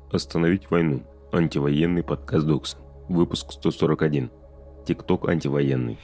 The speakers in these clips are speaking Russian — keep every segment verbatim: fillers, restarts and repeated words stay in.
Остановить войну. Антивоенный подкаст Докса. Выпуск сто сорок один. ТикТок антивоенный.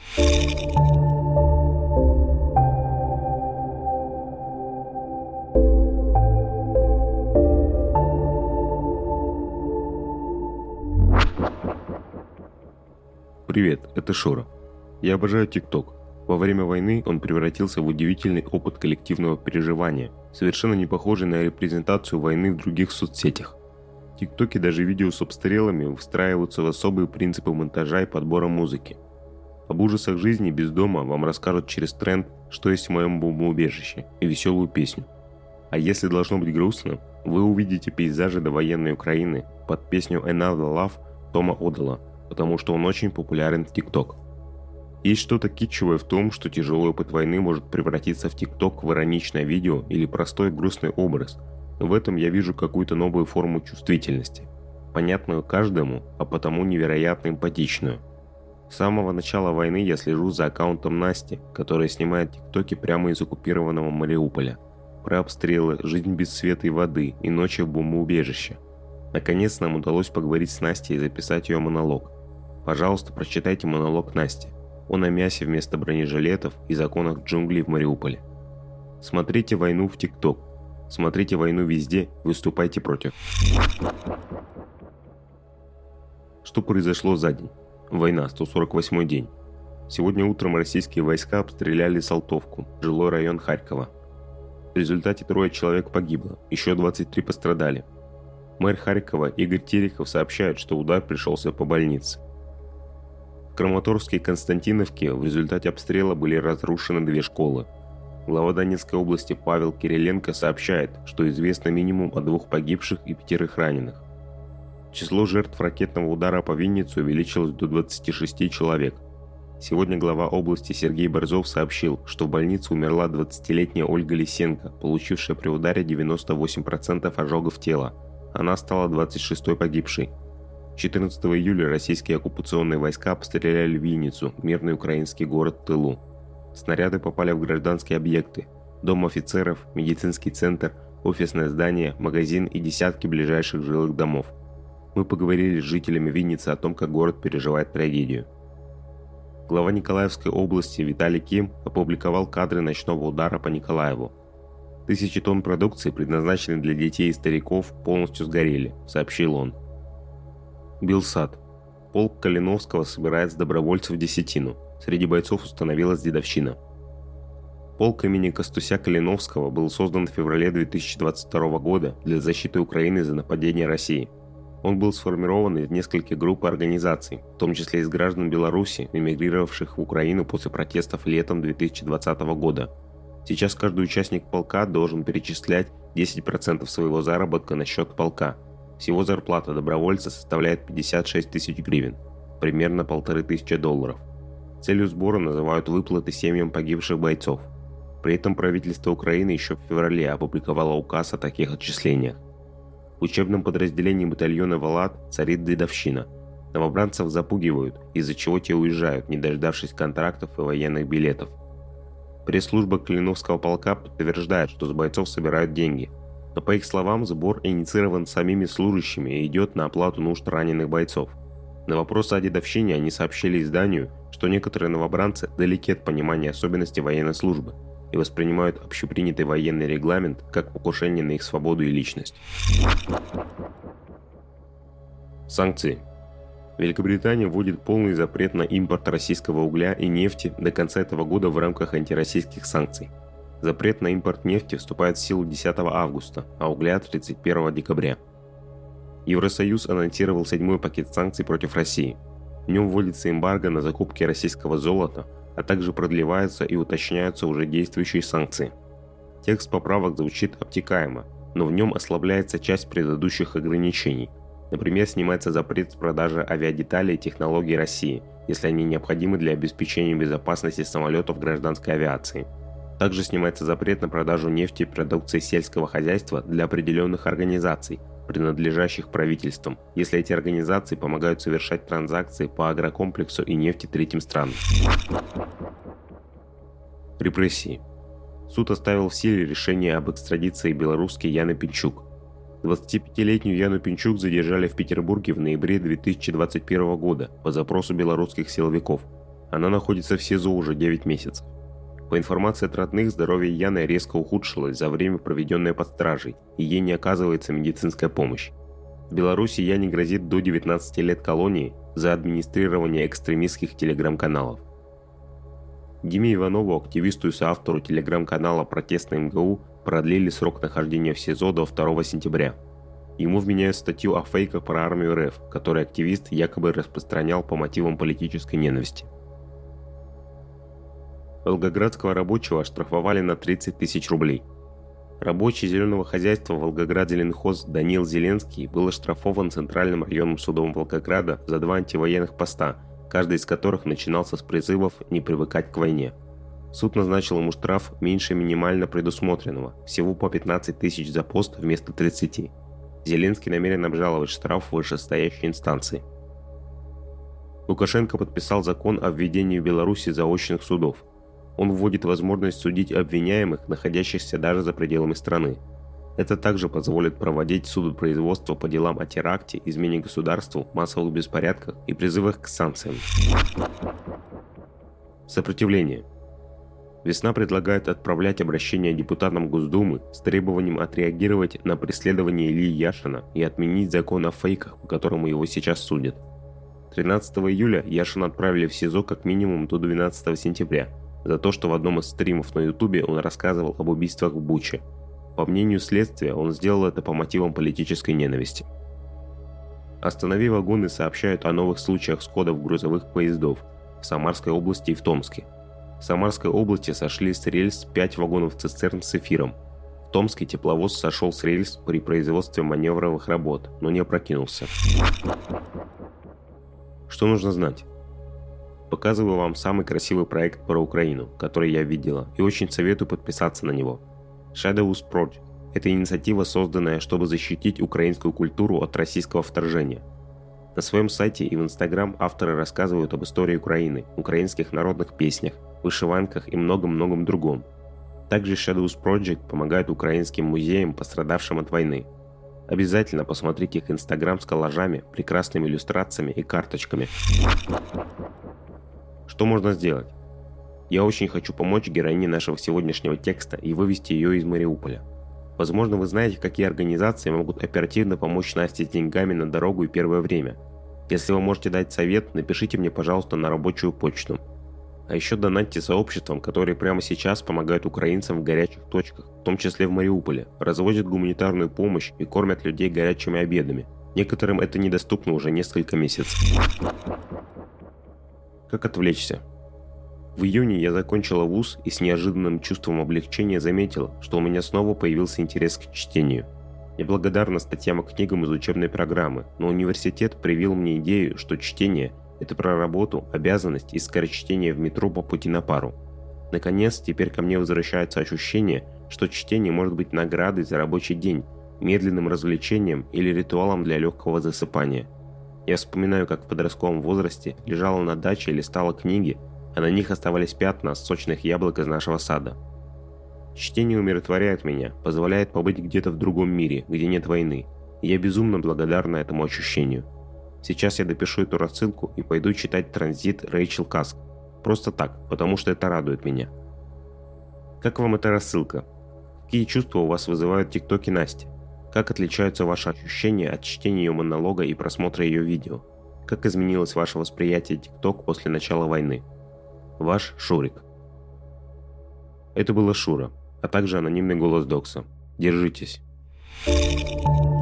Привет, это Шора. Я обожаю ТикТок. Во время войны он превратился в удивительный опыт коллективного переживания, совершенно не похожий на репрезентацию войны в других соцсетях. В ТикТоке даже видео с обстрелами встраиваются в особые принципы монтажа и подбора музыки. Об ужасах жизни без дома вам расскажут через тренд «Что есть в моем бомбоубежище» и веселую песню. А если должно быть грустно, вы увидите пейзажи довоенной Украины под песню «Another Love» Тома Одала, потому что он очень популярен в ТикТок. Есть что-то китчевое в том, что тяжелый опыт войны может превратиться в ТикТок в ироничное видео или простой грустный образ, но в этом я вижу какую-то новую форму чувствительности, понятную каждому, а потому невероятно эмпатичную. С самого начала войны я слежу за аккаунтом Насти, которая снимает ТикТоки прямо из оккупированного Мариуполя, про обстрелы, жизнь без света и воды и ночи в бомбоубежище. Наконец нам удалось поговорить с Настей и записать ее монолог. Пожалуйста, прочитайте монолог Насти. Он о мясе вместо бронежилетов и законах джунглей в Мариуполе. Смотрите войну в ТикТок. Смотрите войну везде, выступайте против. Что произошло за день? Война, сто сорок восьмой день. Сегодня утром российские войска обстреляли Салтовку, жилой район Харькова. В результате трое человек погибло, еще двадцать три пострадали. Мэр Харькова Игорь Терехов сообщает, что удар пришелся по больнице. В Краматорске и Константиновке в результате обстрела были разрушены две школы. Глава Донецкой области Павел Кириленко сообщает, что известно минимум о двух погибших и пятерых раненых. Число жертв ракетного удара по Виннице увеличилось до двадцати шести человек. Сегодня глава области Сергей Борзов сообщил, что в больнице умерла двадцатилетняя Ольга Лисенко, получившая при ударе девяносто восемь процентов ожогов тела. Она стала двадцать шестой погибшей. четырнадцатого июля российские оккупационные войска обстреляли Винницу, мирный украинский город в тылу. Снаряды попали в гражданские объекты: дом офицеров, медицинский центр, офисное здание, магазин и десятки ближайших жилых домов. Мы поговорили с жителями Винницы о том, как город переживает трагедию. Глава Николаевской области Виталий Ким опубликовал кадры ночного удара по Николаеву. Тысячи тонн продукции, предназначенной для детей и стариков, полностью сгорели, сообщил он. Белсат. Полк Калиновского собирает с добровольцев десятину. Среди бойцов установилась дедовщина. Полк имени Костуся Калиновского был создан в феврале две тысячи двадцать второго года для защиты Украины за нападение России. Он был сформирован из нескольких групп и организаций, в том числе из граждан Беларуси, эмигрировавших в Украину после протестов летом две тысячи двадцатого года. Сейчас каждый участник полка должен перечислять десять процентов своего заработка на счет полка. Всего зарплата добровольца составляет пятьдесят шесть тысяч гривен, примерно полторы тысячи долларов. Целью сбора называют выплаты семьям погибших бойцов. При этом правительство Украины еще в феврале опубликовало указ о таких отчислениях. В учебном подразделении батальона «Валат» царит дедовщина. Новобранцев запугивают, из-за чего те уезжают, не дождавшись контрактов и военных билетов. Пресс-служба Калиновского полка подтверждает, что с бойцов собирают деньги. Но по их словам, сбор инициирован самими служащими и идет на оплату нужд раненых бойцов. На вопросы о дедовщине они сообщили изданию, что некоторые новобранцы далеки от понимания особенностей военной службы и воспринимают общепринятый военный регламент как покушение на их свободу и личность. Санкции. Великобритания вводит полный запрет на импорт российского угля и нефти до конца этого года в рамках антироссийских санкций. Запрет на импорт нефти вступает в силу десятого августа, а угля тридцать первого декабря. Евросоюз анонсировал седьмой пакет санкций против России. В нем вводится эмбарго на закупки российского золота, а также продлеваются и уточняются уже действующие санкции. Текст поправок звучит обтекаемо, но в нем ослабляется часть предыдущих ограничений. Например, снимается запрет с продажи авиадеталей и технологий России, если они необходимы для обеспечения безопасности самолетов гражданской авиации. Также снимается запрет на продажу нефти и продукции сельского хозяйства для определенных организаций, принадлежащих правительствам, если эти организации помогают совершать транзакции по агрокомплексу и нефти третьим странам. Репрессии. Суд оставил в силе решение об экстрадиции белорусской Яны Пинчук. двадцатипятилетнюю Яну Пинчук задержали в Петербурге в ноябре две тысячи двадцать первого года по запросу белорусских силовиков. Она находится в СИЗО уже девять месяцев. По информации от родных, здоровье Яны резко ухудшилось за время, проведенное под стражей, и ей не оказывается медицинская помощь. В Беларуси Яне грозит до девятнадцати лет колонии за администрирование экстремистских телеграм-каналов. Диме Иванову, активисту и соавтору телеграм-канала «Протестный МГУ», продлили срок нахождения в СИЗО до второго сентября. Ему вменяют статью о фейках про армию РФ, который активист якобы распространял по мотивам политической ненависти. Волгоградского рабочего оштрафовали на тридцать тысяч рублей. Рабочий зеленого хозяйства Волгоград-Зеленхоз Даниил Зеленский был оштрафован Центральным районным судом Волгограда за два антивоенных поста, каждый из которых начинался с призывов не привыкать к войне. Суд назначил ему штраф меньше минимально предусмотренного, всего по пятнадцать тысяч за пост вместо тридцати. Зеленский намерен обжаловать штраф в вышестоящей инстанции. Лукашенко подписал закон о введении в Беларуси заочных судов. Он вводит возможность судить обвиняемых, находящихся даже за пределами страны. Это также позволит проводить судопроизводство по делам о теракте, измене государству, массовых беспорядках и призывах к санкциям. Сопротивление. Весна предлагает отправлять обращение депутатам Госдумы с требованием отреагировать на преследование Ильи Яшина и отменить закон о фейках, по которому его сейчас судят. тринадцатого июля Яшина отправили в СИЗО как минимум до двенадцатого сентября за то, что в одном из стримов на Ютубе он рассказывал об убийствах в Буче. По мнению следствия, он сделал это по мотивам политической ненависти. «Останови вагоны» сообщают о новых случаях сходов грузовых поездов в Самарской области и в Томске. В Самарской области сошли с рельс пять вагонов-цистерн с эфиром. В Томске тепловоз сошел с рельс при производстве маневровых работ, но не опрокинулся. Что нужно знать? Показываю вам самый красивый проект про Украину, который я видела, и очень советую подписаться на него. Shadows Project – это инициатива, созданная, чтобы защитить украинскую культуру от российского вторжения. На своем сайте и в Instagram авторы рассказывают об истории Украины, украинских народных песнях, вышиванках и многом-многом другом. Также Shadows Project помогает украинским музеям, пострадавшим от войны. Обязательно посмотрите их Instagram с коллажами, прекрасными иллюстрациями и карточками. Что можно сделать? Я очень хочу помочь героине нашего сегодняшнего текста и вывести ее из Мариуполя. Возможно, вы знаете, какие организации могут оперативно помочь Насте с деньгами на дорогу и первое время. Если вы можете дать совет, напишите мне, пожалуйста, на рабочую почту. А еще донатьте сообществам, которые прямо сейчас помогают украинцам в горячих точках, в том числе в Мариуполе, развозят гуманитарную помощь и кормят людей горячими обедами. Некоторым это недоступно уже несколько месяцев. Как отвлечься? В июне я закончила вуз и с неожиданным чувством облегчения заметила, что у меня снова появился интерес к чтению. Я благодарна статьям и книгам из учебной программы, но университет привил мне идею, что чтение – это про работу, обязанность и скорочтение в метро по пути на пару. Наконец, теперь ко мне возвращается ощущение, что чтение может быть наградой за рабочий день, медленным развлечением или ритуалом для легкого засыпания. Я вспоминаю, как в подростковом возрасте лежала на даче и листала книги, а на них оставались пятна сочных яблок из нашего сада. Чтение умиротворяет меня, позволяет побыть где-то в другом мире, где нет войны, и я безумно благодарна этому ощущению. Сейчас я допишу эту рассылку и пойду читать «Транзит» Рэйчел Каск. Просто так, потому что это радует меня. Как вам эта рассылка? Какие чувства у вас вызывают тиктоки Насти? Как отличаются ваши ощущения от чтения ее монолога и просмотра ее видео? Как изменилось ваше восприятие тикток после начала войны? Ваш Шурик. Это была Шура, а также анонимный голос Докса. Держитесь.